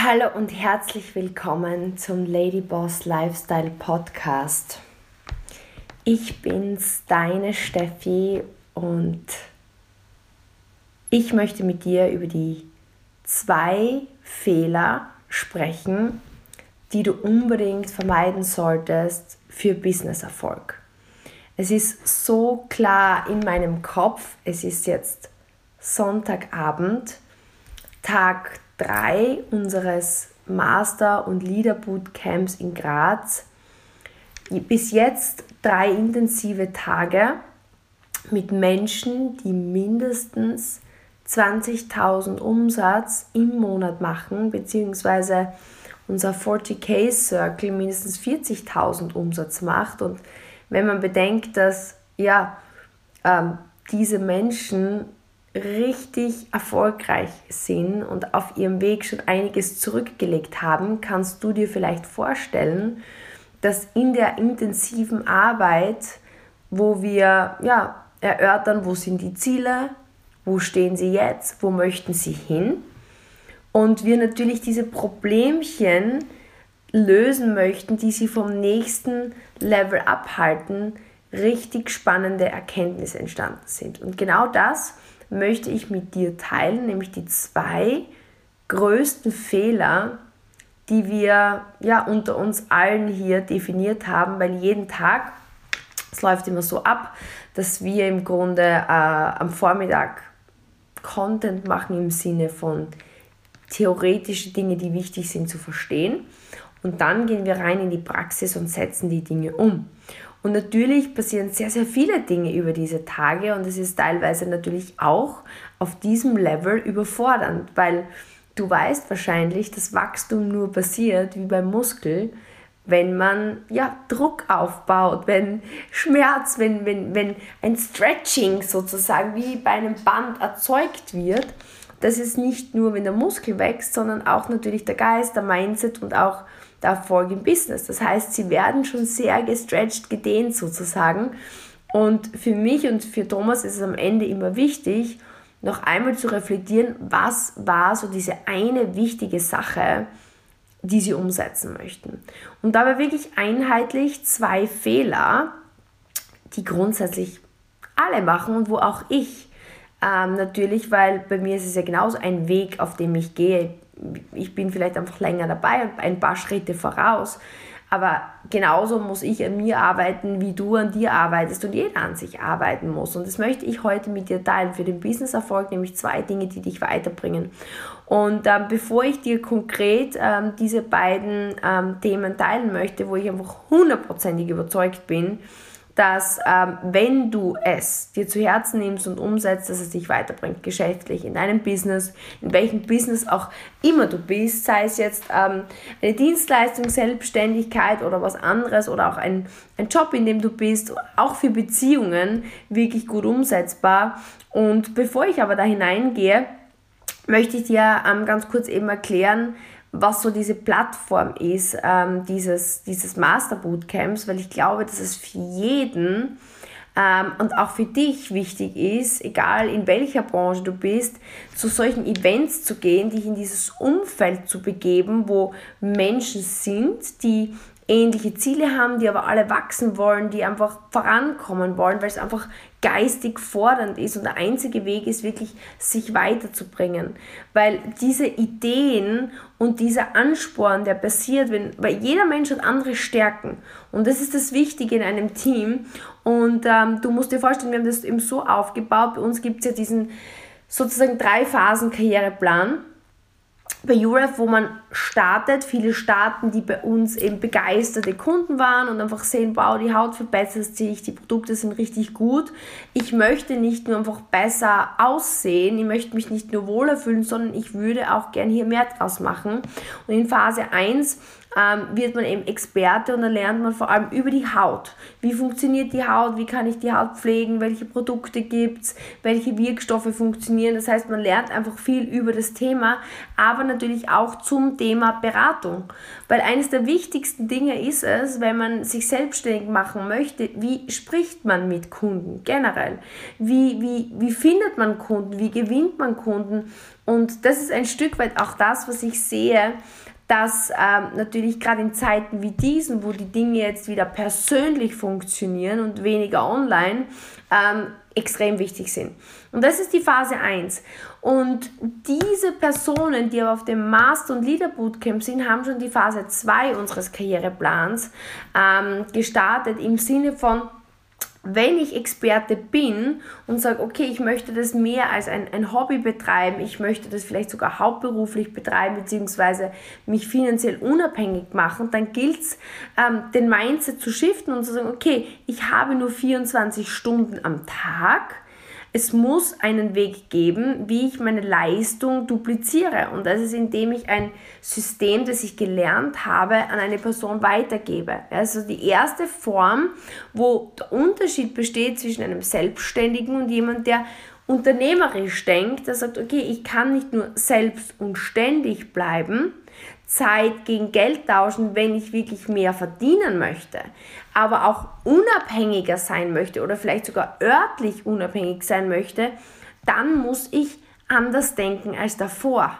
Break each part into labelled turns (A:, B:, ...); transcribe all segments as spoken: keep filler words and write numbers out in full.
A: Hallo und herzlich willkommen zum Ladyboss Lifestyle Podcast. Ich bin's, deine Steffi, und ich möchte mit dir über die zwei Fehler sprechen, die du unbedingt vermeiden solltest für Businesserfolg. Es ist so klar in meinem Kopf, es ist jetzt Sonntagabend, Tag drei unseres Master- und Leader-Bootcamps in Graz. Bis jetzt drei intensive Tage mit Menschen, die mindestens zwanzigtausend Umsatz im Monat machen, beziehungsweise unser vierzig K Circle mindestens vierzigtausend Umsatz macht. Und wenn man bedenkt, dass ja, ähm, diese Menschen richtig erfolgreich sind und auf ihrem Weg schon einiges zurückgelegt haben, kannst du dir vielleicht vorstellen, dass in der intensiven Arbeit, wo wir ja, erörtern, wo sind die Ziele, wo stehen sie jetzt, wo möchten sie hin, und wir natürlich diese Problemchen lösen möchten, die sie vom nächsten Level abhalten, richtig spannende Erkenntnisse entstanden sind. Und genau das möchte ich mit dir teilen, nämlich die zwei größten Fehler, die wir ja unter uns allen hier definiert haben, weil jeden Tag, es läuft immer so ab, dass wir im Grunde äh, am Vormittag Content machen im Sinne von theoretische Dinge, die wichtig sind zu verstehen, und dann gehen wir rein in die Praxis und setzen die Dinge um. Und natürlich passieren sehr, sehr viele Dinge über diese Tage, und es ist teilweise natürlich auch auf diesem Level überfordernd, weil du weißt wahrscheinlich, dass Wachstum nur passiert wie beim Muskel, wenn man ja, Druck aufbaut, wenn Schmerz, wenn, wenn, wenn ein Stretching sozusagen wie bei einem Band erzeugt wird. Das ist nicht nur, wenn der Muskel wächst, sondern auch natürlich der Geist, der Mindset und auch der Erfolg im Business. Das heißt, sie werden schon sehr gestretched, gedehnt sozusagen. Und für mich und für Thomas ist es am Ende immer wichtig, noch einmal zu reflektieren, was war so diese eine wichtige Sache, die sie umsetzen möchten. Und dabei wirklich einheitlich zwei Fehler, die grundsätzlich alle machen und wo auch ich ähm, natürlich, weil bei mir ist es ja genauso ein Weg, auf dem ich gehe. Ich bin vielleicht einfach länger dabei und ein paar Schritte voraus, aber genauso muss ich an mir arbeiten, wie du an dir arbeitest und jeder an sich arbeiten muss. Und das möchte ich heute mit dir teilen für den Businesserfolg, nämlich zwei Dinge, die dich weiterbringen. Und ähm, bevor ich dir konkret ähm, diese beiden ähm, Themen teilen möchte, wo ich einfach hundertprozentig überzeugt bin, dass ähm, wenn du es dir zu Herzen nimmst und umsetzt, dass es dich weiterbringt, geschäftlich, in deinem Business, in welchem Business auch immer du bist, sei es jetzt ähm, eine Dienstleistung, Selbstständigkeit oder was anderes oder auch ein, ein Job, in dem du bist, auch für Beziehungen wirklich gut umsetzbar. Und bevor ich aber da hineingehe, möchte ich dir ähm, ganz kurz eben erklären, was so diese Plattform ist, ähm, dieses, dieses Master Bootcamps, weil ich glaube, dass es für jeden ähm, und auch für dich wichtig ist, egal in welcher Branche du bist, zu solchen Events zu gehen, dich in dieses Umfeld zu begeben, wo Menschen sind, die ähnliche Ziele haben, die aber alle wachsen wollen, die einfach vorankommen wollen, weil es einfach geistig fordernd ist, und der einzige Weg ist wirklich, sich weiterzubringen, weil diese Ideen und dieser Ansporn, der passiert, wenn, weil jeder Mensch hat andere Stärken, und das ist das Wichtige in einem Team. Und ähm, du musst dir vorstellen, wir haben das eben so aufgebaut, bei uns gibt es ja diesen sozusagen drei Phasen Karriereplan bei U R E F, wo man startet. Viele starten, die bei uns eben begeisterte Kunden waren und einfach sehen, wow, die Haut verbessert sich, die Produkte sind richtig gut. Ich möchte nicht nur einfach besser aussehen, ich möchte mich nicht nur wohler fühlen, sondern ich würde auch gern hier mehr draus machen. Und in Phase eins ähm, wird man eben Experte und dann lernt man vor allem über die Haut. Wie funktioniert die Haut? Wie kann ich die Haut pflegen? Welche Produkte gibt es? Welche Wirkstoffe funktionieren? Das heißt, man lernt einfach viel über das Thema, aber natürlich auch zum Thema Beratung. Weil eines der wichtigsten Dinge ist es, wenn man sich selbstständig machen möchte, wie spricht man mit Kunden generell? Wie, wie, wie findet man Kunden? Wie gewinnt man Kunden? Und das ist ein Stück weit auch das, was ich sehe, dass ähm, natürlich gerade in Zeiten wie diesen, wo die Dinge jetzt wieder persönlich funktionieren und weniger online, ähm, extrem wichtig sind. Und das ist die Phase eins. Und diese Personen, die aber auf dem Master- und Leader Bootcamp sind, haben schon die Phase zwei unseres Karriereplans ähm, gestartet, im Sinne von, wenn ich Experte bin und sage, okay, ich möchte das mehr als ein, ein Hobby betreiben, ich möchte das vielleicht sogar hauptberuflich betreiben, beziehungsweise mich finanziell unabhängig machen, dann gilt es, ähm, den Mindset zu shiften und zu sagen, okay, ich habe nur vierundzwanzig Stunden am Tag. Es muss einen Weg geben, wie ich meine Leistung dupliziere. Und das ist, indem ich ein System, das ich gelernt habe, an eine Person weitergebe. Also die erste Form, wo der Unterschied besteht zwischen einem Selbstständigen und jemand, der unternehmerisch denkt, der sagt, okay, ich kann nicht nur selbst und ständig bleiben, Zeit gegen Geld tauschen, wenn ich wirklich mehr verdienen möchte, aber auch unabhängiger sein möchte oder vielleicht sogar örtlich unabhängig sein möchte, dann muss ich anders denken als davor.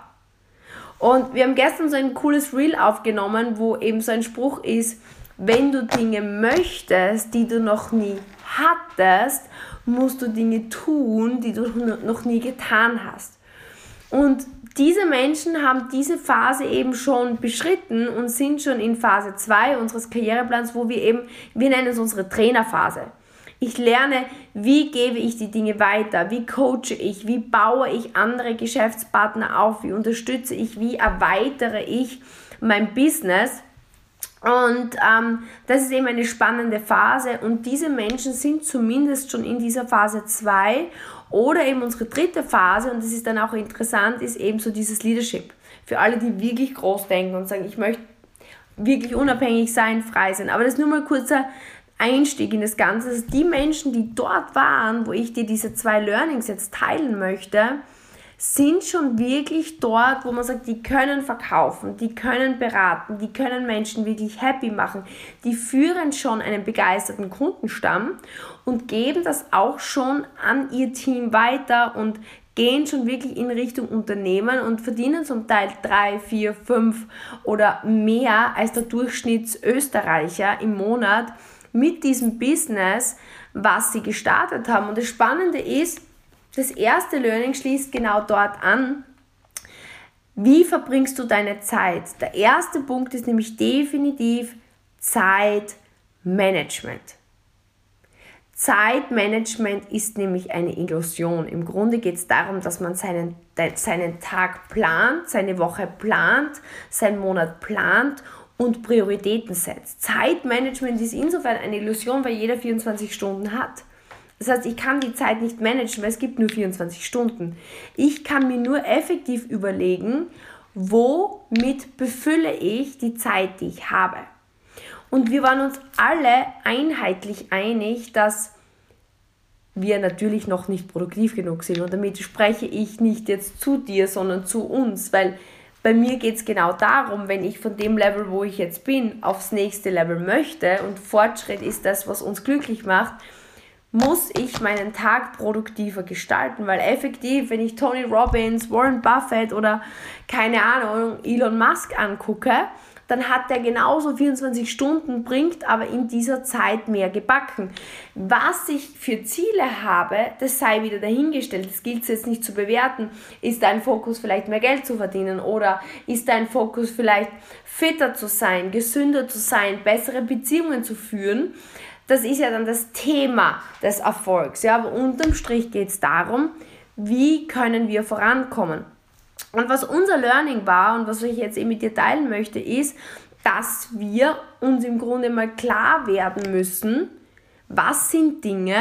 A: Und wir haben gestern so ein cooles Reel aufgenommen, wo eben so ein Spruch ist, wenn du Dinge möchtest, die du noch nie hattest, musst du Dinge tun, die du noch nie getan hast. Und diese Menschen haben diese Phase eben schon beschritten und sind schon in Phase zwei unseres Karriereplans, wo wir eben, wir nennen es unsere Trainerphase. Ich lerne, wie gebe ich die Dinge weiter, wie coache ich, wie baue ich andere Geschäftspartner auf, wie unterstütze ich, wie erweitere ich mein Business. Und ähm, das ist eben eine spannende Phase und diese Menschen sind zumindest schon in dieser Phase zwei oder eben unsere dritte Phase, und das ist dann auch interessant, ist eben so dieses Leadership. Für alle, die wirklich groß denken und sagen, ich möchte wirklich unabhängig sein, frei sein. Aber das ist nur mal ein kurzer Einstieg in das Ganze. Also die Menschen, die dort waren, wo ich dir diese zwei Learnings jetzt teilen möchte, sind schon wirklich dort, wo man sagt, die können verkaufen, die können beraten, die können Menschen wirklich happy machen, die führen schon einen begeisterten Kundenstamm und geben das auch schon an ihr Team weiter und gehen schon wirklich in Richtung Unternehmen und verdienen zum Teil drei, vier, fünf oder mehr als der Durchschnittsösterreicher im Monat mit diesem Business, was sie gestartet haben. Und das Spannende ist, das erste Learning schließt genau dort an. Wie verbringst du deine Zeit? Der erste Punkt ist nämlich definitiv Zeitmanagement. Zeitmanagement ist nämlich eine Illusion. Im Grunde geht es darum, dass man seinen, seinen Tag plant, seine Woche plant, seinen Monat plant und Prioritäten setzt. Zeitmanagement ist insofern eine Illusion, weil jeder vierundzwanzig Stunden hat. Das heißt, ich kann die Zeit nicht managen, weil es gibt nur vierundzwanzig Stunden. Ich kann mir nur effektiv überlegen, womit befülle ich die Zeit, die ich habe. Und wir waren uns alle einheitlich einig, dass wir natürlich noch nicht produktiv genug sind. Und damit spreche ich nicht jetzt zu dir, sondern zu uns, weil bei mir geht es genau darum, wenn ich von dem Level, wo ich jetzt bin, aufs nächste Level möchte und Fortschritt ist das, was uns glücklich macht, muss ich meinen Tag produktiver gestalten, weil effektiv, wenn ich Tony Robbins, Warren Buffett oder keine Ahnung, Elon Musk angucke, dann hat der genauso vierundzwanzig Stunden, bringt aber in dieser Zeit mehr gebacken. Was ich für Ziele habe, das sei wieder dahingestellt, das gilt es jetzt nicht zu bewerten. Ist dein Fokus vielleicht mehr Geld zu verdienen oder ist dein Fokus vielleicht fitter zu sein, gesünder zu sein, bessere Beziehungen zu führen? Das ist ja dann das Thema des Erfolgs. Ja? Aber unterm Strich geht es darum, wie können wir vorankommen. Und was unser Learning war und was ich jetzt eben mit dir teilen möchte, ist, dass wir uns im Grunde mal klar werden müssen, was sind Dinge,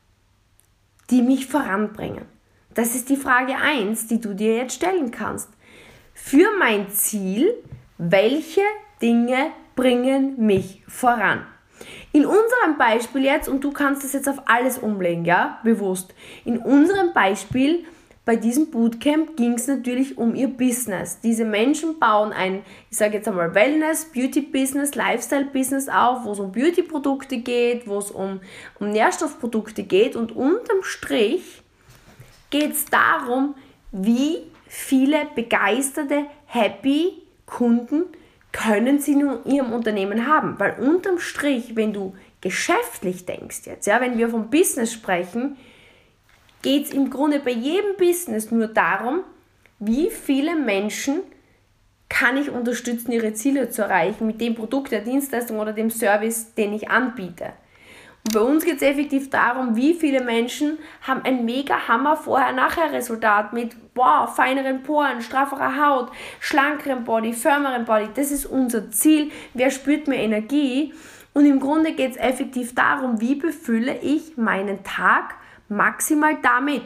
A: die mich voranbringen. Das ist die Frage eins, die du dir jetzt stellen kannst. Für mein Ziel, welche Dinge bringen mich voran. In unserem Beispiel jetzt, und du kannst das jetzt auf alles umlegen, ja, bewusst. In unserem Beispiel bei diesem Bootcamp ging es natürlich um ihr Business. Diese Menschen bauen ein, ich sage jetzt einmal Wellness, Beauty-Business, Lifestyle-Business auf, wo es um Beauty-Produkte geht, wo es um, um Nährstoffprodukte geht, und unterm Strich geht es darum, wie viele begeisterte, happy Kunden können sie nun in ihrem Unternehmen haben. Weil unterm Strich, wenn du geschäftlich denkst jetzt, ja, wenn wir vom Business sprechen, geht es im Grunde bei jedem Business nur darum, wie viele Menschen kann ich unterstützen, ihre Ziele zu erreichen mit dem Produkt, der Dienstleistung oder dem Service, den ich anbiete. Und bei uns geht es effektiv darum, wie viele Menschen haben ein mega Hammer Vorher-Nachher-Resultat mit wow, feineren Poren, strafferer Haut, schlankerem Body, firmerem Body. Das ist unser Ziel. Wer spürt mehr Energie? Und im Grunde geht es effektiv darum, wie befülle ich meinen Tag maximal damit.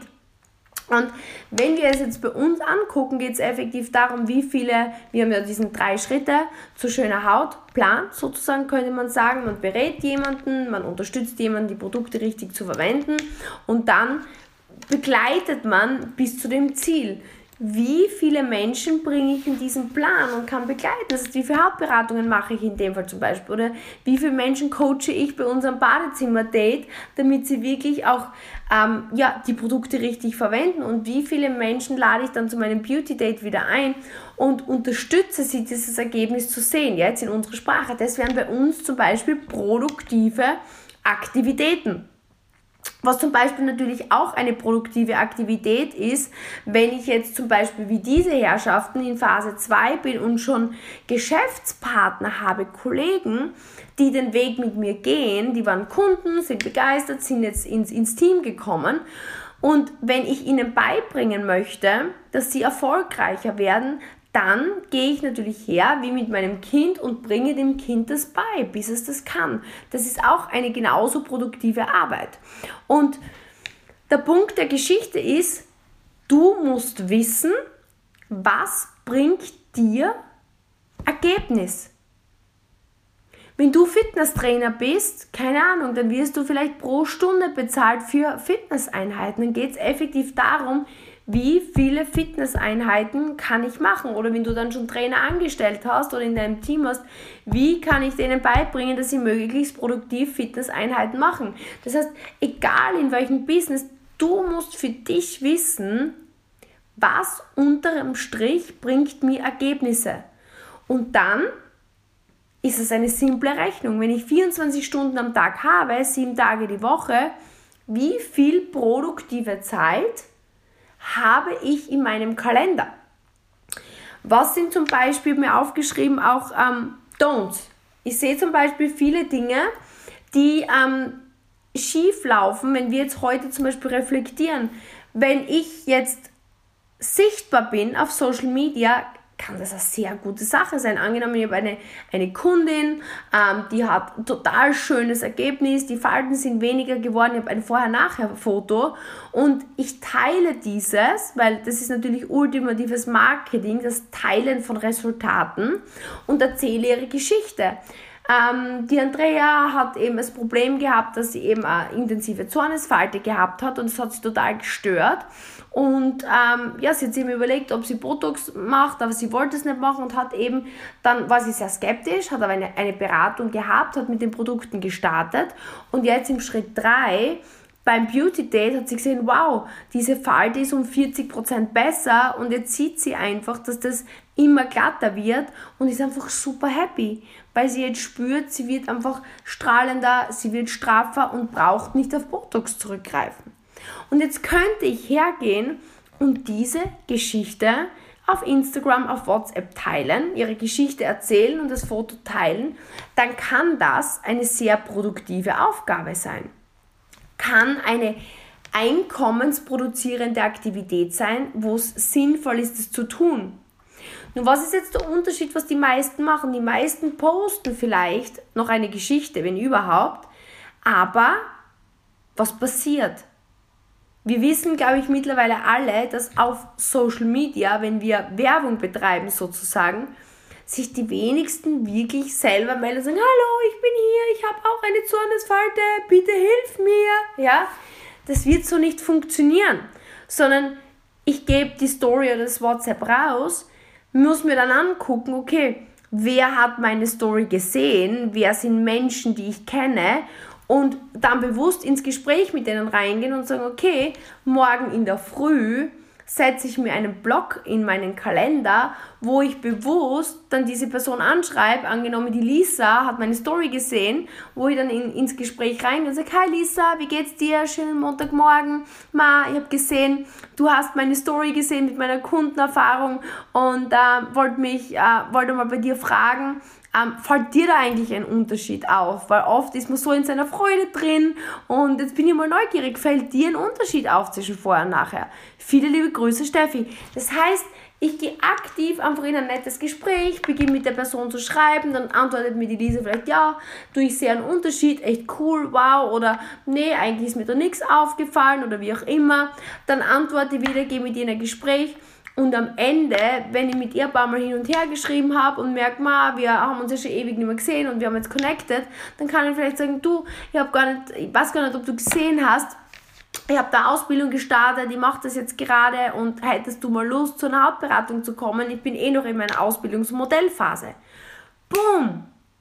A: Und wenn wir es jetzt bei uns angucken, geht es effektiv darum, wie viele, wir haben ja diesen drei Schritte zu schöner Haut, Plan sozusagen, könnte man sagen. Man berät jemanden, man unterstützt jemanden, die Produkte richtig zu verwenden, und dann begleitet man bis zu dem Ziel. Wie viele Menschen bringe ich in diesen Plan und kann begleiten? Das heißt, wie viele Hautberatungen mache ich in dem Fall zum Beispiel? Oder wie viele Menschen coache ich bei unserem Badezimmer-Date, damit sie wirklich auch ähm, ja, die Produkte richtig verwenden? Und wie viele Menschen lade ich dann zu meinem Beauty-Date wieder ein und unterstütze sie, dieses Ergebnis zu sehen? Ja, jetzt in unserer Sprache. Das wären bei uns zum Beispiel produktive Aktivitäten. Was zum Beispiel natürlich auch eine produktive Aktivität ist, wenn ich jetzt zum Beispiel wie diese Herrschaften in Phase zwei bin und schon Geschäftspartner habe, Kollegen, die den Weg mit mir gehen, die waren Kunden, sind begeistert, sind jetzt ins, ins Team gekommen, und wenn ich ihnen beibringen möchte, dass sie erfolgreicher werden, dann gehe ich natürlich her, wie mit meinem Kind, und bringe dem Kind das bei, bis es das kann. Das ist auch eine genauso produktive Arbeit. Und der Punkt der Geschichte ist, du musst wissen, was bringt dir Ergebnis. Wenn du Fitnesstrainer bist, keine Ahnung, dann wirst du vielleicht pro Stunde bezahlt für Fitnesseinheiten. Dann geht es effektiv darum, wie viele Fitnesseinheiten kann ich machen? Oder wenn du dann schon Trainer angestellt hast oder in deinem Team hast, wie kann ich denen beibringen, dass sie möglichst produktiv Fitnesseinheiten machen? Das heißt, egal in welchem Business, du musst für dich wissen, was unterm Strich bringt mir Ergebnisse. Und dann ist es eine simple Rechnung. Wenn ich vierundzwanzig Stunden am Tag habe, sieben Tage die Woche, wie viel produktive Zeit habe ich in meinem Kalender? Was sind zum Beispiel mir aufgeschrieben auch ähm, Don'ts? Ich sehe zum Beispiel viele Dinge, die ähm, schief laufen, wenn wir jetzt heute zum Beispiel reflektieren. Wenn ich jetzt sichtbar bin auf Social Media, kann das eine sehr gute Sache sein. Angenommen, ich habe eine, eine Kundin, ähm, die hat ein total schönes Ergebnis, die Falten sind weniger geworden, ich habe ein Vorher-Nachher-Foto und ich teile dieses, weil das ist natürlich ultimatives Marketing, das Teilen von Resultaten, und erzähle ihre Geschichte. Ähm, die Andrea hat eben das Problem gehabt, dass sie eben eine intensive Zornesfalte gehabt hat, und das hat sie total gestört. Und ähm, ja, sie hat sich eben überlegt, ob sie Botox macht, aber sie wollte es nicht machen und hat eben, dann war sie sehr skeptisch, hat aber eine, eine Beratung gehabt, hat mit den Produkten gestartet, und jetzt im Schritt drei beim Beauty Date hat sie gesehen, wow, diese Falte ist um vierzig Prozent besser, und jetzt sieht sie einfach, dass das immer glatter wird und ist einfach super happy, weil sie jetzt spürt, sie wird einfach strahlender, sie wird straffer und braucht nicht auf Botox zurückgreifen. Und jetzt könnte ich hergehen und diese Geschichte auf Instagram, auf WhatsApp teilen, ihre Geschichte erzählen und das Foto teilen, dann kann das eine sehr produktive Aufgabe sein. Kann eine einkommensproduzierende Aktivität sein, wo es sinnvoll ist, es zu tun. Nun, was ist jetzt der Unterschied, was die meisten machen? Die meisten posten vielleicht noch eine Geschichte, wenn überhaupt, aber was passiert? Wir wissen, glaube ich, mittlerweile alle, dass auf Social Media, wenn wir Werbung betreiben sozusagen, sich die wenigsten wirklich selber melden und sagen, hallo, ich bin hier, ich habe auch eine Zornesfalte, bitte hilf mir. Ja? Das wird so nicht funktionieren, sondern ich gebe die Story oder das WhatsApp raus, muss mir dann angucken, okay, wer hat meine Story gesehen, wer sind Menschen, die ich kenne, und dann bewusst ins Gespräch mit denen reingehen und sagen, okay, morgen in der Früh setze ich mir einen Block in meinen Kalender, wo ich bewusst dann diese Person anschreibe. Angenommen, die Lisa hat meine Story gesehen, wo ich dann in, ins Gespräch reingehe und sage, hi Lisa, wie geht's dir? Schönen Montagmorgen. Ma, ich habe gesehen, du hast meine Story gesehen mit meiner Kundenerfahrung und äh, wollte mich, äh, wollte mal bei dir fragen, Ähm, fällt dir da eigentlich ein Unterschied auf? Weil oft ist man so in seiner Freude drin und jetzt bin ich mal neugierig, fällt dir ein Unterschied auf zwischen vorher und nachher? Viele liebe Grüße, Steffi. Das heißt, ich gehe aktiv einfach in ein nettes Gespräch, beginne mit der Person zu schreiben, dann antwortet mir die Lisa vielleicht, ja, du, ich sehe einen Unterschied, echt cool, wow, oder nee, eigentlich ist mir da nichts aufgefallen oder wie auch immer. Dann antworte ich wieder, gehe mit ihr in ein Gespräch. Und am Ende, wenn ich mit ihr ein paar Mal hin und her geschrieben habe und merke, ma, wir haben uns ja schon ewig nicht mehr gesehen und wir haben jetzt connected, dann kann ich vielleicht sagen, du, ich, hab gar nicht, ich weiß gar nicht, ob du gesehen hast, ich habe da Ausbildung gestartet, ich mache das jetzt gerade und hättest du mal Lust, zu einer Hauptberatung zu kommen? Ich bin eh noch in meiner Ausbildungs- und Modellphase. Boom!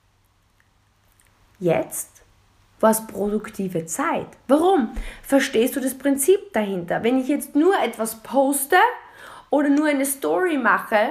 A: Jetzt war es produktive Zeit. Warum? Verstehst du das Prinzip dahinter? Wenn ich jetzt nur etwas poste oder nur eine Story mache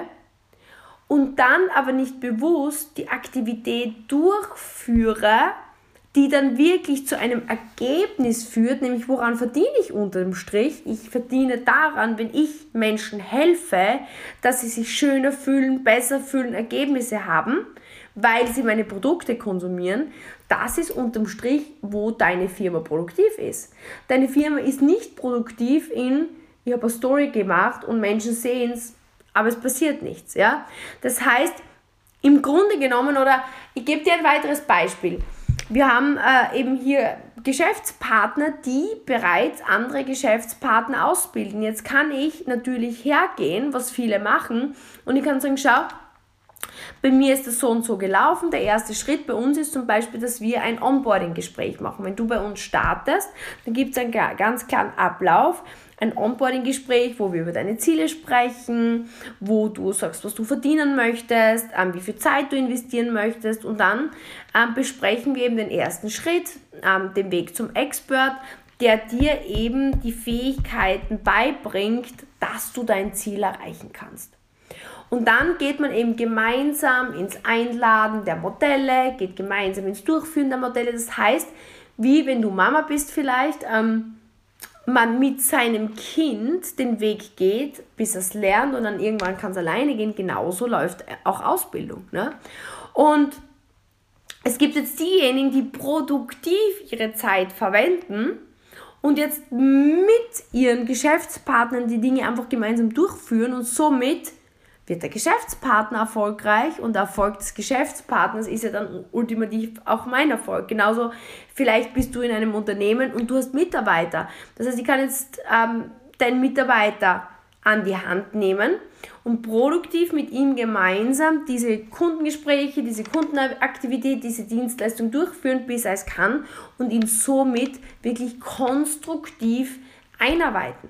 A: und dann aber nicht bewusst die Aktivität durchführe, die dann wirklich zu einem Ergebnis führt, nämlich woran verdiene ich unter dem Strich? Ich verdiene daran, wenn ich Menschen helfe, dass sie sich schöner fühlen, besser fühlen, Ergebnisse haben, weil sie meine Produkte konsumieren. Das ist unterm Strich, wo deine Firma produktiv ist. Deine Firma ist nicht produktiv in, ich habe eine Story gemacht und Menschen sehen es, aber es passiert nichts. Ja? Das heißt, im Grunde genommen, oder ich gebe dir ein weiteres Beispiel. Wir haben äh, eben hier Geschäftspartner, die bereits andere Geschäftspartner ausbilden. Jetzt kann ich natürlich hergehen, was viele machen, und ich kann sagen, schau, bei mir ist das so und so gelaufen. Der erste Schritt bei uns ist zum Beispiel, dass wir ein Onboarding-Gespräch machen. Wenn du bei uns startest, dann gibt es einen ganz klaren Ablauf. Ein Onboarding-Gespräch, wo wir über deine Ziele sprechen, wo du sagst, was du verdienen möchtest, ähm, wie viel Zeit du investieren möchtest, und dann ähm, besprechen wir eben den ersten Schritt, ähm, den Weg zum Expert, der dir eben die Fähigkeiten beibringt, dass du dein Ziel erreichen kannst. Und dann geht man eben gemeinsam ins Einladen der Modelle, geht gemeinsam ins Durchführen der Modelle. Das heißt, wie wenn du Mama bist vielleicht, ähm, man mit seinem Kind den Weg geht, bis es lernt, und dann irgendwann kann es alleine gehen. Genauso läuft auch Ausbildung. Ne? Und es gibt jetzt diejenigen, die produktiv ihre Zeit verwenden und jetzt mit ihren Geschäftspartnern die Dinge einfach gemeinsam durchführen, und somit wird der Geschäftspartner erfolgreich, und der Erfolg des Geschäftspartners ist ja dann ultimativ auch mein Erfolg. Genauso, vielleicht bist du in einem Unternehmen und du hast Mitarbeiter. Das heißt, ich kann jetzt ähm, deinen Mitarbeiter an die Hand nehmen und produktiv mit ihm gemeinsam diese Kundengespräche, diese Kundenaktivität, diese Dienstleistung durchführen, bis er es kann, und ihn somit wirklich konstruktiv einarbeiten.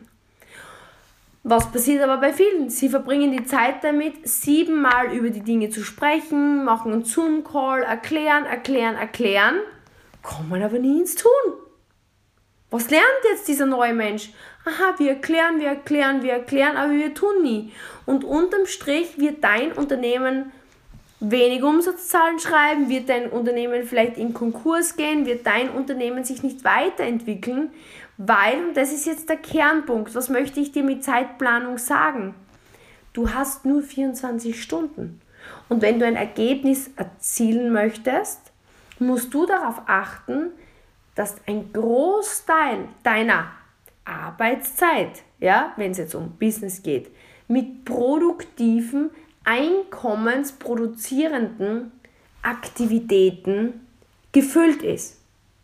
A: Was passiert aber bei vielen? Sie verbringen die Zeit damit, siebenmal über die Dinge zu sprechen, machen einen Zoom-Call, erklären, erklären, erklären, kommen aber nie ins Tun. Was lernt jetzt dieser neue Mensch? Aha, wir erklären, wir erklären, wir erklären, aber wir tun nie. Und unterm Strich wird dein Unternehmen wenig Umsatzzahlen schreiben, wird dein Unternehmen vielleicht in Konkurs gehen, wird dein Unternehmen sich nicht weiterentwickeln, weil, und das ist jetzt der Kernpunkt, was möchte ich dir mit Zeitplanung sagen? Du hast nur vierundzwanzig Stunden. Und wenn du ein Ergebnis erzielen möchtest, musst du darauf achten, dass ein Großteil deiner Arbeitszeit, ja, wenn es jetzt um Business geht, mit produktiven, einkommensproduzierenden Aktivitäten gefüllt ist.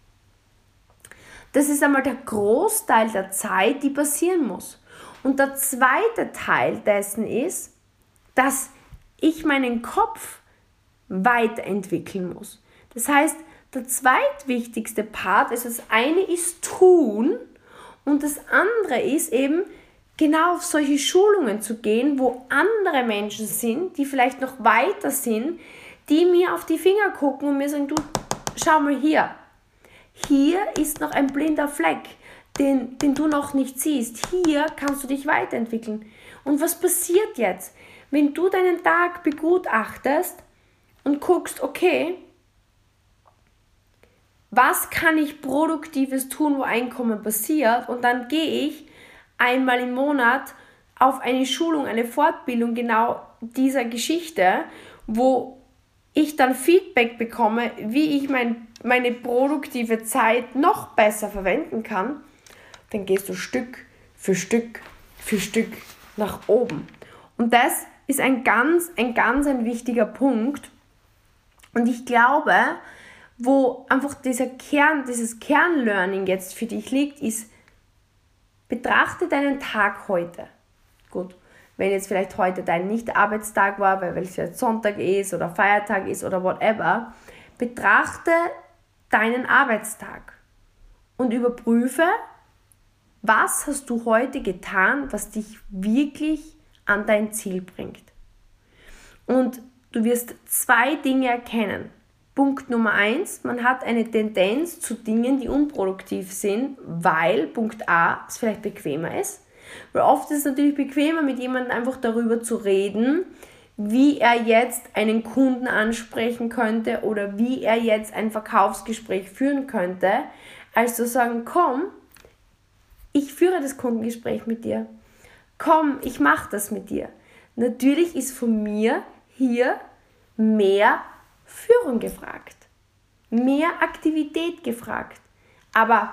A: Das ist einmal der Großteil der Zeit, die passieren muss. Und der zweite Teil dessen ist, dass ich meinen Kopf weiterentwickeln muss. Das heißt, der zweitwichtigste Part ist, das eine ist tun und das andere ist eben, genau auf solche Schulungen zu gehen, wo andere Menschen sind, die vielleicht noch weiter sind, die mir auf die Finger gucken und mir sagen, du, schau mal hier, hier ist noch ein blinder Fleck, den, den du noch nicht siehst. Hier kannst du dich weiterentwickeln. Und was passiert jetzt, wenn du deinen Tag begutachtest und guckst, okay, was kann ich Produktives tun, wo Einkommen passiert, und dann gehe ich einmal im Monat auf eine Schulung, eine Fortbildung genau dieser Geschichte, wo ich dann Feedback bekomme, wie ich mein, meine produktive Zeit noch besser verwenden kann, dann gehst du Stück für Stück für Stück nach oben. Und das ist ein ganz, ein ganz ein wichtiger Punkt. Und ich glaube, wo einfach dieser Kern, dieses Kernlearning jetzt für dich liegt, ist, betrachte deinen Tag heute. Gut, wenn jetzt vielleicht heute dein Nicht-Arbeitstag war, weil es jetzt Sonntag ist oder Feiertag ist oder whatever, betrachte deinen Arbeitstag und überprüfe, was hast du heute getan, was dich wirklich an dein Ziel bringt. Und du wirst zwei Dinge erkennen. Punkt Nummer eins, man hat eine Tendenz zu Dingen, die unproduktiv sind, weil Punkt A, es vielleicht bequemer ist. Weil oft ist es natürlich bequemer, mit jemandem einfach darüber zu reden, wie er jetzt einen Kunden ansprechen könnte oder wie er jetzt ein Verkaufsgespräch führen könnte, als zu sagen, komm, ich führe das Kundengespräch mit dir. Komm, ich mache das mit dir. Natürlich ist von mir hier mehr Führung gefragt, mehr Aktivität gefragt. Aber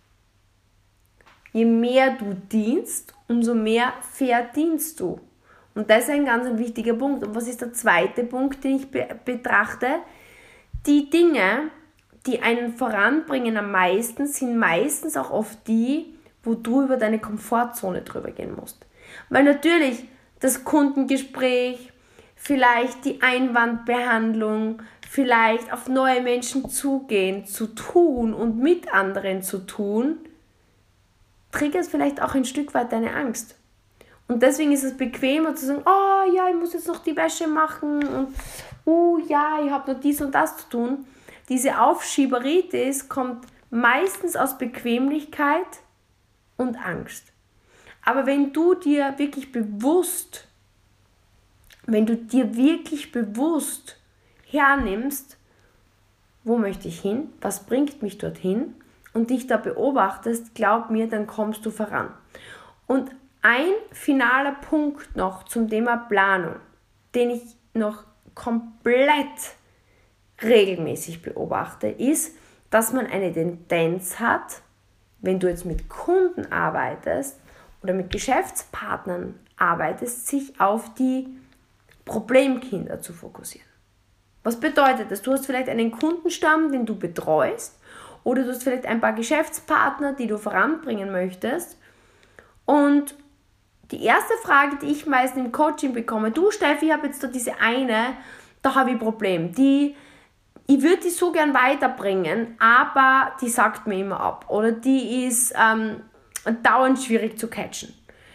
A: je mehr du dienst, umso mehr verdienst du. Und das ist ein ganz ein wichtiger Punkt. Und was ist der zweite Punkt, den ich be- betrachte? Die Dinge, die einen voranbringen am meisten, sind meistens auch oft die, wo du über deine Komfortzone drüber gehen musst. Weil natürlich das Kundengespräch, vielleicht die Einwandbehandlung, vielleicht auf neue Menschen zugehen, zu tun und mit anderen zu tun, triggert vielleicht auch ein Stück weit deine Angst. Und deswegen ist es bequemer zu sagen, oh ja, ich muss jetzt noch die Wäsche machen und oh ja, ich habe noch dies und das zu tun. Diese Aufschieberitis kommt meistens aus Bequemlichkeit und Angst. Aber wenn du dir wirklich bewusst, wenn du dir wirklich bewusst hernimmst, wo möchte ich hin, was bringt mich dorthin und dich da beobachtest, glaub mir, dann kommst du voran. Und ein finaler Punkt noch zum Thema Planung, den ich noch komplett regelmäßig beobachte, ist, dass man eine Tendenz hat, wenn du jetzt mit Kunden arbeitest oder mit Geschäftspartnern arbeitest, sich auf die Problemkinder zu fokussieren. Was bedeutet das? Du hast vielleicht einen Kundenstamm, den du betreust, oder du hast vielleicht ein paar Geschäftspartner, die du voranbringen möchtest. Und die erste Frage, die ich meistens im Coaching bekomme, du Steffi, ich habe jetzt da diese eine, da habe ich ein Problem. Die, ich würde die so gern weiterbringen, aber die sagt mir immer ab. Oder die ist ähm, dauernd schwierig zu catchen.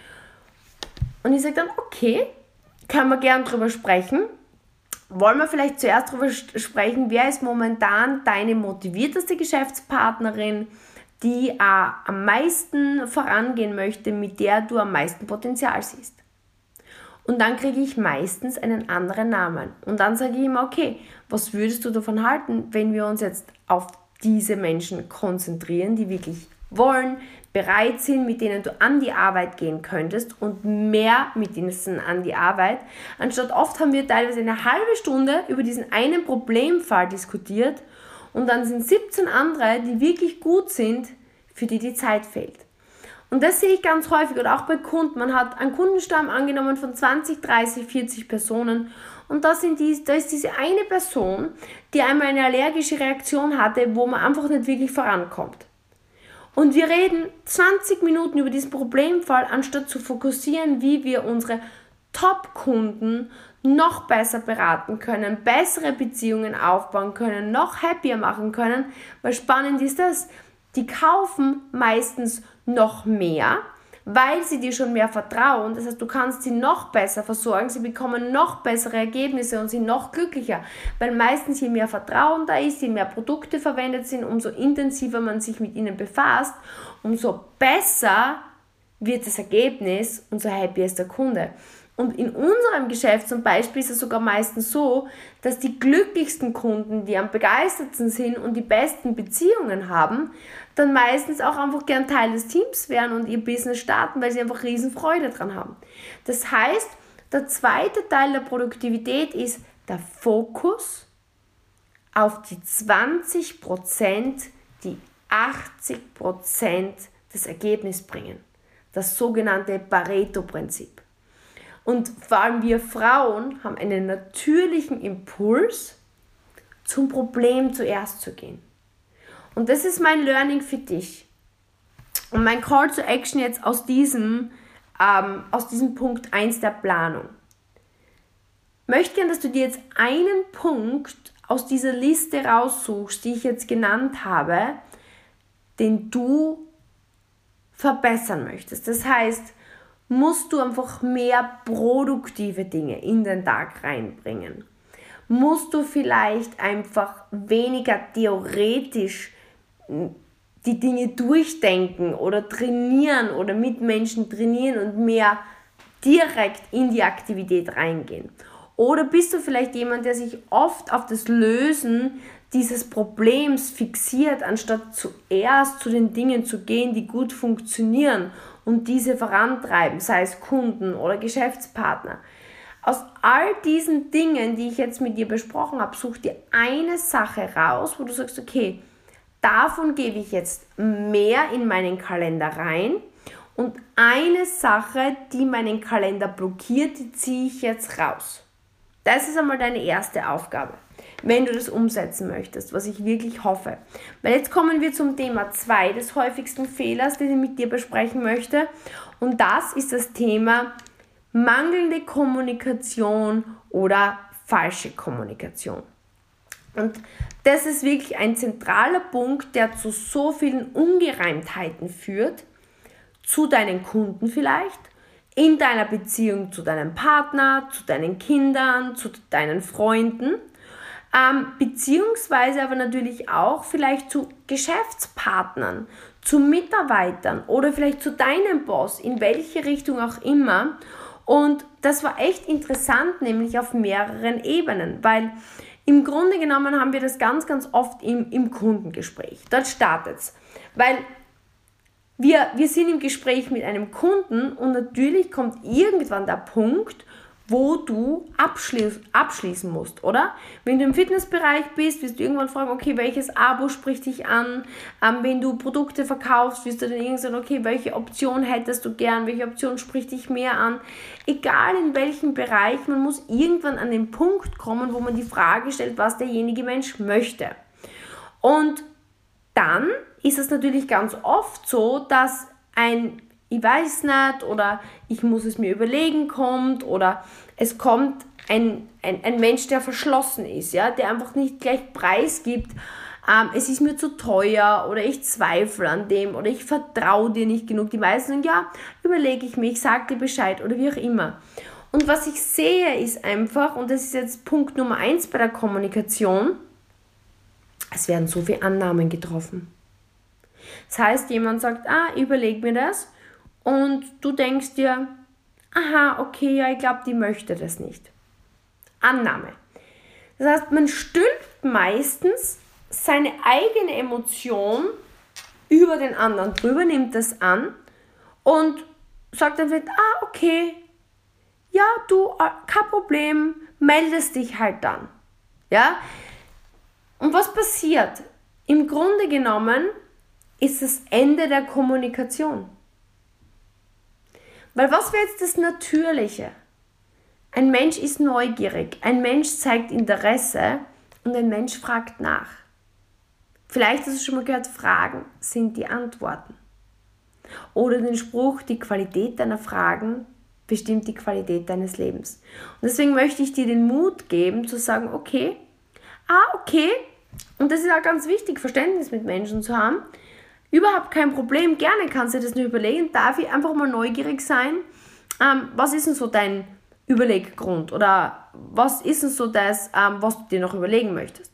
A: Und ich sage dann, okay, können wir gern drüber sprechen. Wollen wir vielleicht zuerst darüber sprechen, wer ist momentan deine motivierteste Geschäftspartnerin, die äh, am meisten vorangehen möchte, mit der du am meisten Potenzial siehst. Und dann kriege ich meistens einen anderen Namen. Und dann sage ich immer, okay, was würdest du davon halten, wenn wir uns jetzt auf diese Menschen konzentrieren, die wirklich wollen, bereit sind, mit denen du an die Arbeit gehen könntest und mehr mit ihnen an die Arbeit. Anstatt oft haben wir teilweise eine halbe Stunde über diesen einen Problemfall diskutiert und dann sind siebzehn andere, die wirklich gut sind, für die die Zeit fehlt. Und das sehe ich ganz häufig oder auch bei Kunden. Man hat einen Kundenstamm angenommen von zwanzig, dreißig, vierzig Personen und da, sind die, da ist diese eine Person, die einmal eine allergische Reaktion hatte, wo man einfach nicht wirklich vorankommt. Und wir reden zwanzig Minuten über diesen Problemfall, anstatt zu fokussieren, wie wir unsere Top-Kunden noch besser beraten können, bessere Beziehungen aufbauen können, noch happier machen können, weil spannend ist das, die kaufen meistens noch mehr, weil sie dir schon mehr vertrauen. Das heißt, du kannst sie noch besser versorgen, sie bekommen noch bessere Ergebnisse und sind noch glücklicher, weil meistens je mehr Vertrauen da ist, je mehr Produkte verwendet sind, umso intensiver man sich mit ihnen befasst, umso besser wird das Ergebnis und so happy ist der Kunde. Und in unserem Geschäft zum Beispiel ist es sogar meistens so, dass die glücklichsten Kunden, die am begeistertsten sind und die besten Beziehungen haben, dann meistens auch einfach gern Teil des Teams werden und ihr Business starten, weil sie einfach riesen Freude dran haben. Das heißt, der zweite Teil der Produktivität ist der Fokus auf die zwanzig Prozent, die achtzig Prozent des Ergebnisses bringen. Das sogenannte Pareto-Prinzip. Und vor allem wir Frauen haben einen natürlichen Impuls, zum Problem zuerst zu gehen. Und das ist mein Learning für dich. Und mein Call to Action jetzt aus diesem, ähm, aus diesem Punkt eins der Planung. Ich möchte gerne, dass du dir jetzt einen Punkt aus dieser Liste raussuchst, die ich jetzt genannt habe, den du verbessern möchtest. Das heißt, musst du einfach mehr produktive Dinge in den Tag reinbringen. Musst du vielleicht einfach weniger theoretisch die Dinge durchdenken oder trainieren oder mit Menschen trainieren und mehr direkt in die Aktivität reingehen. Oder bist du vielleicht jemand, der sich oft auf das Lösen dieses Problems fixiert, anstatt zuerst zu den Dingen zu gehen, die gut funktionieren und diese vorantreiben, sei es Kunden oder Geschäftspartner. Aus all diesen Dingen, die ich jetzt mit dir besprochen habe, such dir eine Sache raus, wo du sagst, okay, davon gebe ich jetzt mehr in meinen Kalender rein und eine Sache, die meinen Kalender blockiert, die ziehe ich jetzt raus. Das ist einmal deine erste Aufgabe, wenn du das umsetzen möchtest, was ich wirklich hoffe. Weil jetzt kommen wir zum Thema zwei des häufigsten Fehlers, den ich mit dir besprechen möchte. Und das ist das Thema mangelnde Kommunikation oder falsche Kommunikation. Und das ist wirklich ein zentraler Punkt, der zu so vielen Ungereimtheiten führt, zu deinen Kunden vielleicht, in deiner Beziehung zu deinem Partner, zu deinen Kindern, zu deinen Freunden, ähm, beziehungsweise aber natürlich auch vielleicht zu Geschäftspartnern, zu Mitarbeitern oder vielleicht zu deinem Boss, in welche Richtung auch immer. Und das war echt interessant, nämlich auf mehreren Ebenen, weil im Grunde genommen haben wir das ganz, ganz oft im, im Kundengespräch. Dort startet es, weil Wir, wir sind im Gespräch mit einem Kunden und natürlich kommt irgendwann der Punkt, wo du abschließ, abschließen musst, oder? Wenn du im Fitnessbereich bist, wirst du irgendwann fragen, okay, welches Abo spricht dich an? Ähm, wenn du Produkte verkaufst, wirst du dann irgendwann sagen, okay, welche Option hättest du gern? Welche Option spricht dich mehr an? Egal in welchem Bereich, man muss irgendwann an den Punkt kommen, wo man die Frage stellt, was derjenige Mensch möchte. Und dann ist es natürlich ganz oft so, dass ein ich weiß nicht oder ich muss es mir überlegen kommt oder es kommt ein, ein, ein Mensch, der verschlossen ist, ja, der einfach nicht gleich preisgibt, ähm, es ist mir zu teuer oder ich zweifle an dem oder ich vertraue dir nicht genug. Die meisten sagen, ja, überlege ich mir, ich sage dir Bescheid oder wie auch immer. Und was ich sehe ist einfach, und das ist jetzt Punkt Nummer eins bei der Kommunikation, es werden so viele Annahmen getroffen. Das heißt, jemand sagt, ah, überleg mir das und du denkst dir, aha, okay, ja, ich glaube, die möchte das nicht. Annahme. Das heißt, man stülpt meistens seine eigene Emotion über den anderen drüber, nimmt das an und sagt dann vielleicht, ah, okay, ja, du, kein Problem, meldest dich halt dann. Ja? Und was passiert? Im Grunde genommen ist das Ende der Kommunikation. Weil was wäre jetzt das Natürliche? Ein Mensch ist neugierig, ein Mensch zeigt Interesse und ein Mensch fragt nach. Vielleicht hast du schon mal gehört, Fragen sind die Antworten. Oder den Spruch, die Qualität deiner Fragen bestimmt die Qualität deines Lebens. Und deswegen möchte ich dir den Mut geben, zu sagen, okay, ah, okay, und das ist auch ganz wichtig, Verständnis mit Menschen zu haben. Überhaupt kein Problem, gerne kannst du dir das nur überlegen. Darf ich einfach mal neugierig sein? Ähm, was ist denn so dein Überleggrund? Oder was ist denn so das, ähm, was du dir noch überlegen möchtest?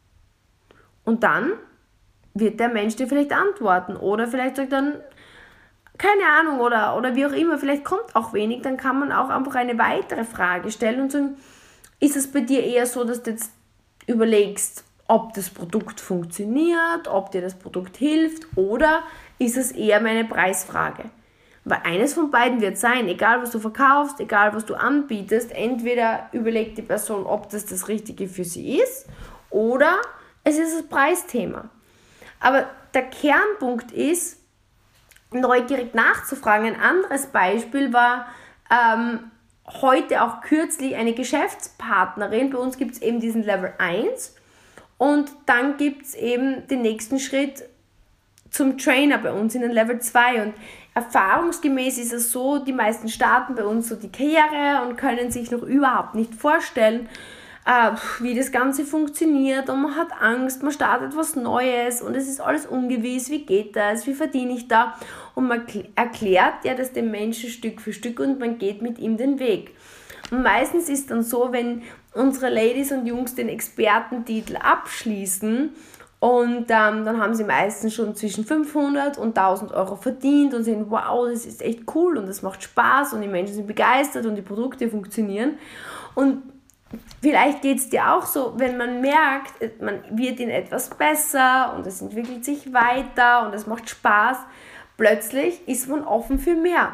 A: Und dann wird der Mensch dir vielleicht antworten. Oder vielleicht sagt dann, keine Ahnung, oder, oder wie auch immer, vielleicht kommt auch wenig. Dann kann man auch einfach eine weitere Frage stellen und sagen, ist es bei dir eher so, dass du jetzt überlegst, ob das Produkt funktioniert, ob dir das Produkt hilft, oder ist es eher meine Preisfrage? Weil eines von beiden wird sein, egal was du verkaufst, egal was du anbietest, entweder überlegt die Person, ob das das Richtige für sie ist, oder es ist das Preisthema. Aber der Kernpunkt ist, neugierig nachzufragen. Ein anderes Beispiel war ähm, heute auch kürzlich eine Geschäftspartnerin. Bei uns gibt es eben diesen Level eins. Und dann gibt es eben den nächsten Schritt zum Trainer bei uns in den Level zwei. Und erfahrungsgemäß ist es so, die meisten starten bei uns so die Karriere und können sich noch überhaupt nicht vorstellen, äh, wie das Ganze funktioniert. Und man hat Angst, man startet was Neues und es ist alles ungewiss. Wie geht das? Wie verdiene ich da? Und man erklärt ja das dem Menschen Stück für Stück und man geht mit ihm den Weg. Und meistens ist dann so, wenn unsere Ladies und Jungs den Expertentitel abschließen und ähm, dann haben sie meistens schon zwischen fünfhundert und tausend Euro verdient und sehen, wow, das ist echt cool und das macht Spaß und die Menschen sind begeistert und die Produkte funktionieren. Und vielleicht geht es dir auch so, wenn man merkt, man wird in etwas besser und es entwickelt sich weiter und es macht Spaß, plötzlich ist man offen für mehr.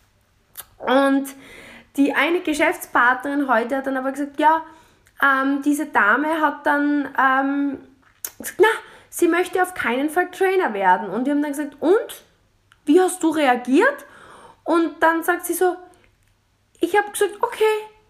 A: Und die eine Geschäftspartnerin heute hat dann aber gesagt, ja, ähm, diese Dame hat dann ähm, gesagt, na, sie möchte auf keinen Fall Trainer werden. Und wir haben dann gesagt, und? Wie hast du reagiert? Und dann sagt sie so, ich habe gesagt, okay.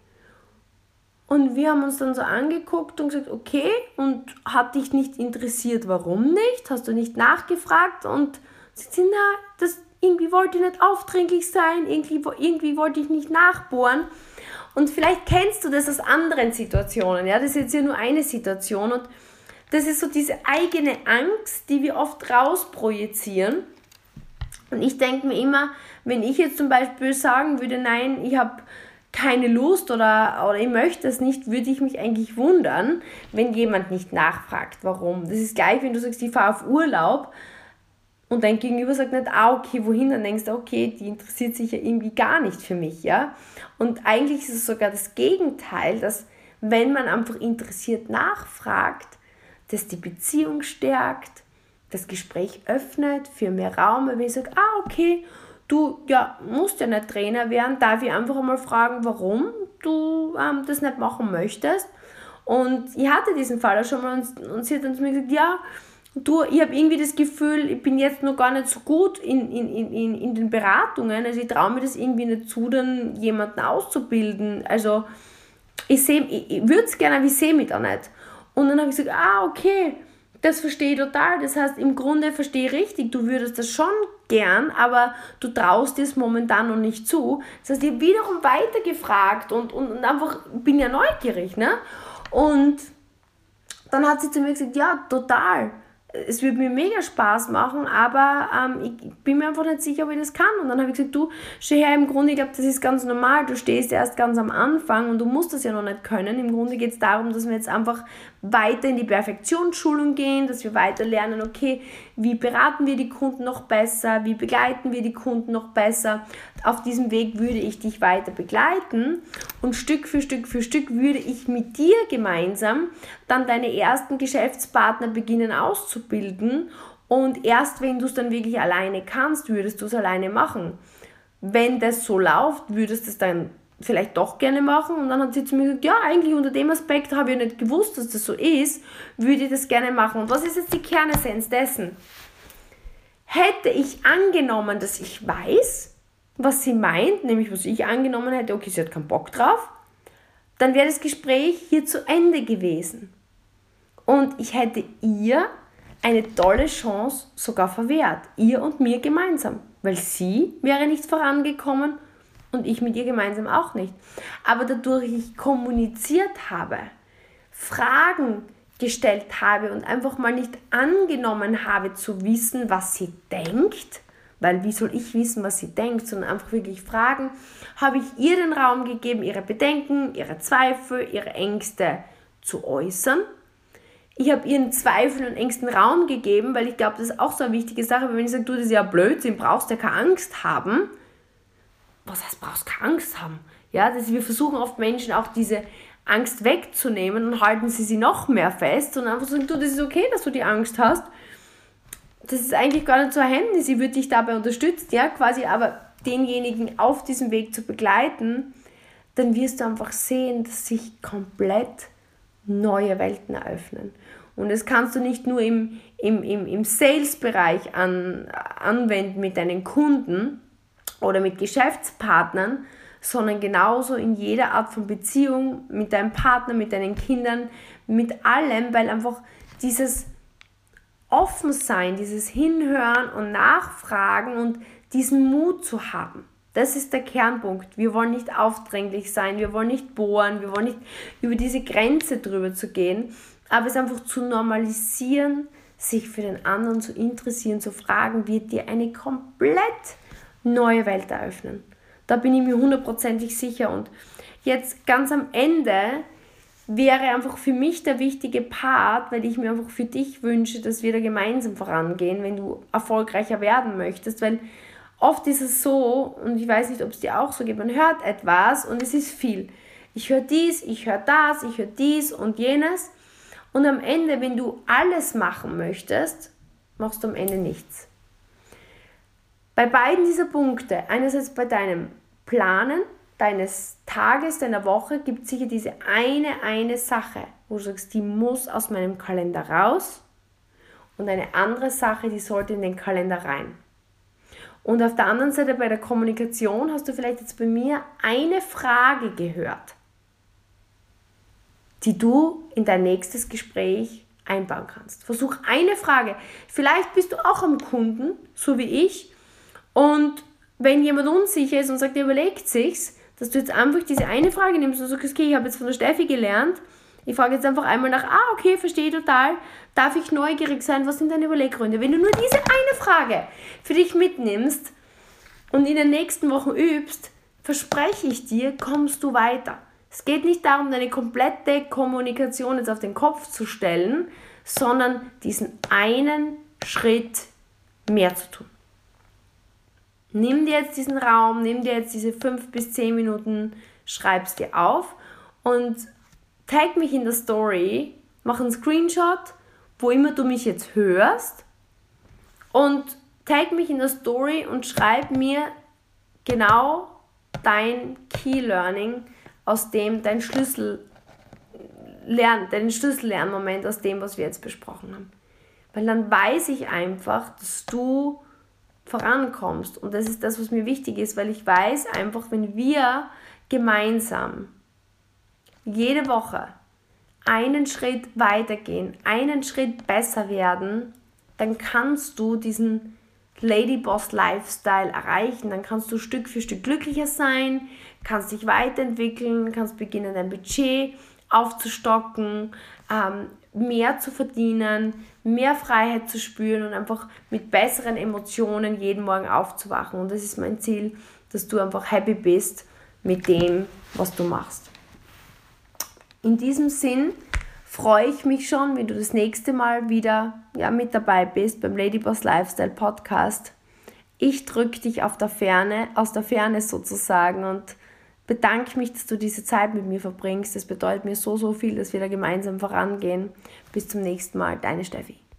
A: Und wir haben uns dann so angeguckt und gesagt, okay, und hat dich nicht interessiert, warum nicht? Hast du nicht nachgefragt? Und sie sagt, na, das irgendwie wollte ich nicht aufdringlich sein, irgendwie, irgendwie wollte ich nicht nachbohren. Und vielleicht kennst du das aus anderen Situationen, ja, das ist jetzt ja nur eine Situation und das ist so diese eigene Angst, die wir oft rausprojizieren. Und ich denke mir immer, wenn ich jetzt zum Beispiel sagen würde, nein, ich habe keine Lust oder, oder ich möchte das nicht, würde ich mich eigentlich wundern, wenn jemand nicht nachfragt, warum. Das ist gleich, wenn du sagst, ich fahre auf Urlaub, und dein Gegenüber sagt nicht, ah, okay, wohin? Dann denkst du, okay, die interessiert sich ja irgendwie gar nicht für mich, ja. Und eigentlich ist es sogar das Gegenteil, dass wenn man einfach interessiert nachfragt, das die Beziehung stärkt, das Gespräch öffnet für mehr Raum, wenn ich sage, ah, okay, du ja, musst ja nicht Trainer werden, darf ich einfach einmal fragen, warum du ähm, das nicht machen möchtest. Und ich hatte diesen Fall auch schon mal und, und sie hat dann zu mir gesagt, ja, du, ich habe irgendwie das Gefühl, ich bin jetzt noch gar nicht so gut in, in, in, in den Beratungen, also ich traue mir das irgendwie nicht zu, dann jemanden auszubilden, also ich, seh, ich, ich würde es gerne, aber ich sehe mich da nicht. Und dann habe ich gesagt, ah, okay, das verstehe ich total, das heißt, im Grunde verstehe ich richtig, du würdest das schon gern, aber du traust dir es momentan noch nicht zu. Das heißt, ich habe wiederum weitergefragt und, und, und einfach bin ja neugierig, ne? Und dann hat sie zu mir gesagt, ja, total. Es würde mir mega Spaß machen, aber ähm, ich bin mir einfach nicht sicher, ob ich das kann. Und dann habe ich gesagt, du, schau her, im Grunde, ich glaube, das ist ganz normal. Du stehst erst ganz am Anfang und du musst das ja noch nicht können. Im Grunde geht es darum, dass wir jetzt einfach weiter in die Perfektionsschulung gehen, dass wir weiter lernen, okay, wie beraten wir die Kunden noch besser, wie begleiten wir die Kunden noch besser. Auf diesem Weg würde ich dich weiter begleiten und Stück für Stück für Stück würde ich mit dir gemeinsam dann deine ersten Geschäftspartner beginnen auszubilden und erst wenn du es dann wirklich alleine kannst, würdest du es alleine machen. Wenn das so läuft, würdest du es dann vielleicht doch gerne machen und dann hat sie zu mir gesagt, ja, eigentlich unter dem Aspekt habe ich nicht gewusst, dass das so ist, würde ich das gerne machen. Und was ist jetzt die Kernessenz dessen? Hätte ich angenommen, dass ich weiß, was sie meint, nämlich was ich angenommen hätte, okay, sie hat keinen Bock drauf, dann wäre das Gespräch hier zu Ende gewesen. Und ich hätte ihr eine tolle Chance sogar verwehrt, ihr und mir gemeinsam, weil sie wäre nicht vorangekommen und ich mit ihr gemeinsam auch nicht. Aber dadurch ich kommuniziert habe, Fragen gestellt habe und einfach mal nicht angenommen habe zu wissen, was sie denkt, weil wie soll ich wissen, was sie denkt, sondern einfach wirklich fragen, habe ich ihr den Raum gegeben, ihre Bedenken, ihre Zweifel, ihre Ängste zu äußern. Ich habe ihren Zweifeln und Ängsten Raum gegeben, weil ich glaube, das ist auch so eine wichtige Sache, weil wenn ich sage, du, das ist ja Blödsinn, brauchst ja keine Angst haben. Was heißt, brauchst keine Angst haben? Ja, das, wir versuchen oft Menschen auch diese Angst wegzunehmen und halten sie sie noch mehr fest und einfach sagen, du, das ist okay, dass du die Angst hast. Das ist eigentlich gar nicht so ein Hemmnis, ich würde dich dabei unterstützen, ja, quasi, aber denjenigen auf diesem Weg zu begleiten, dann wirst du einfach sehen, dass sich komplett neue Welten eröffnen. Und das kannst du nicht nur im, im, im, im Sales-Bereich an, anwenden mit deinen Kunden oder mit Geschäftspartnern, sondern genauso in jeder Art von Beziehung mit deinem Partner, mit deinen Kindern, mit allem, weil einfach dieses Offensein, dieses Hinhören und Nachfragen und diesen Mut zu haben, das ist der Kernpunkt. Wir wollen nicht aufdringlich sein, wir wollen nicht bohren, wir wollen nicht über diese Grenze drüber zu gehen, aber es einfach zu normalisieren, sich für den anderen zu interessieren, zu fragen, wird dir eine komplett neue Welt eröffnen. Da bin ich mir hundertprozentig sicher. Und jetzt ganz am Ende wäre einfach für mich der wichtige Part, weil ich mir einfach für dich wünsche, dass wir da gemeinsam vorangehen, wenn du erfolgreicher werden möchtest, weil oft ist es so, und ich weiß nicht, ob es dir auch so geht, man hört etwas und es ist viel. Ich höre dies, ich höre das, ich höre dies und jenes. Und am Ende, wenn du alles machen möchtest, machst du am Ende nichts. Bei beiden dieser Punkte, einerseits bei deinem Planen deines Tages, deiner Woche, gibt es sicher diese eine, eine Sache, wo du sagst, die muss aus meinem Kalender raus und eine andere Sache, die sollte in den Kalender rein. Und auf der anderen Seite bei der Kommunikation hast du vielleicht jetzt bei mir eine Frage gehört, die du in dein nächstes Gespräch einbauen kannst. Versuch eine Frage. Vielleicht bist du auch am Kunden, so wie ich, und wenn jemand unsicher ist und sagt, er überlegt sich's, dass du jetzt einfach diese eine Frage nimmst und sagst, okay, ich habe jetzt von der Steffi gelernt, ich frage jetzt einfach einmal nach, ah, okay, verstehe total, darf ich neugierig sein, was sind deine Überleggründe? Wenn du nur diese eine Frage für dich mitnimmst und in den nächsten Wochen übst, verspreche ich dir, kommst du weiter. Es geht nicht darum, deine komplette Kommunikation jetzt auf den Kopf zu stellen, sondern diesen einen Schritt mehr zu tun. Nimm dir jetzt diesen Raum, nimm dir jetzt diese fünf bis zehn Minuten, schreib es dir auf und tag mich in der Story, mach einen Screenshot, wo immer du mich jetzt hörst und tag mich in der Story und schreib mir genau dein Key Learning aus dem, dein Schlüssel lernen, deinen Schlüssellernmoment aus dem, was wir jetzt besprochen haben. Weil dann weiß ich einfach, dass du vorankommst. Und das ist das, was mir wichtig ist, weil ich weiß einfach, wenn wir gemeinsam jede Woche einen Schritt weitergehen, einen Schritt besser werden, dann kannst du diesen Ladyboss Lifestyle erreichen. Dann kannst du Stück für Stück glücklicher sein, kannst dich weiterentwickeln, kannst beginnen, dein Budget aufzustocken, ähm, mehr zu verdienen, mehr Freiheit zu spüren und einfach mit besseren Emotionen jeden Morgen aufzuwachen. Und das ist mein Ziel, dass du einfach happy bist mit dem, was du machst. In diesem Sinn freue ich mich schon, wenn du das nächste Mal wieder ja, mit dabei bist beim Ladyboss Lifestyle Podcast. Ich drücke dich auf der Ferne, aus der Ferne sozusagen und bedanke mich, dass du diese Zeit mit mir verbringst. Das bedeutet mir so, so viel, dass wir da gemeinsam vorangehen. Bis zum nächsten Mal, deine Steffi.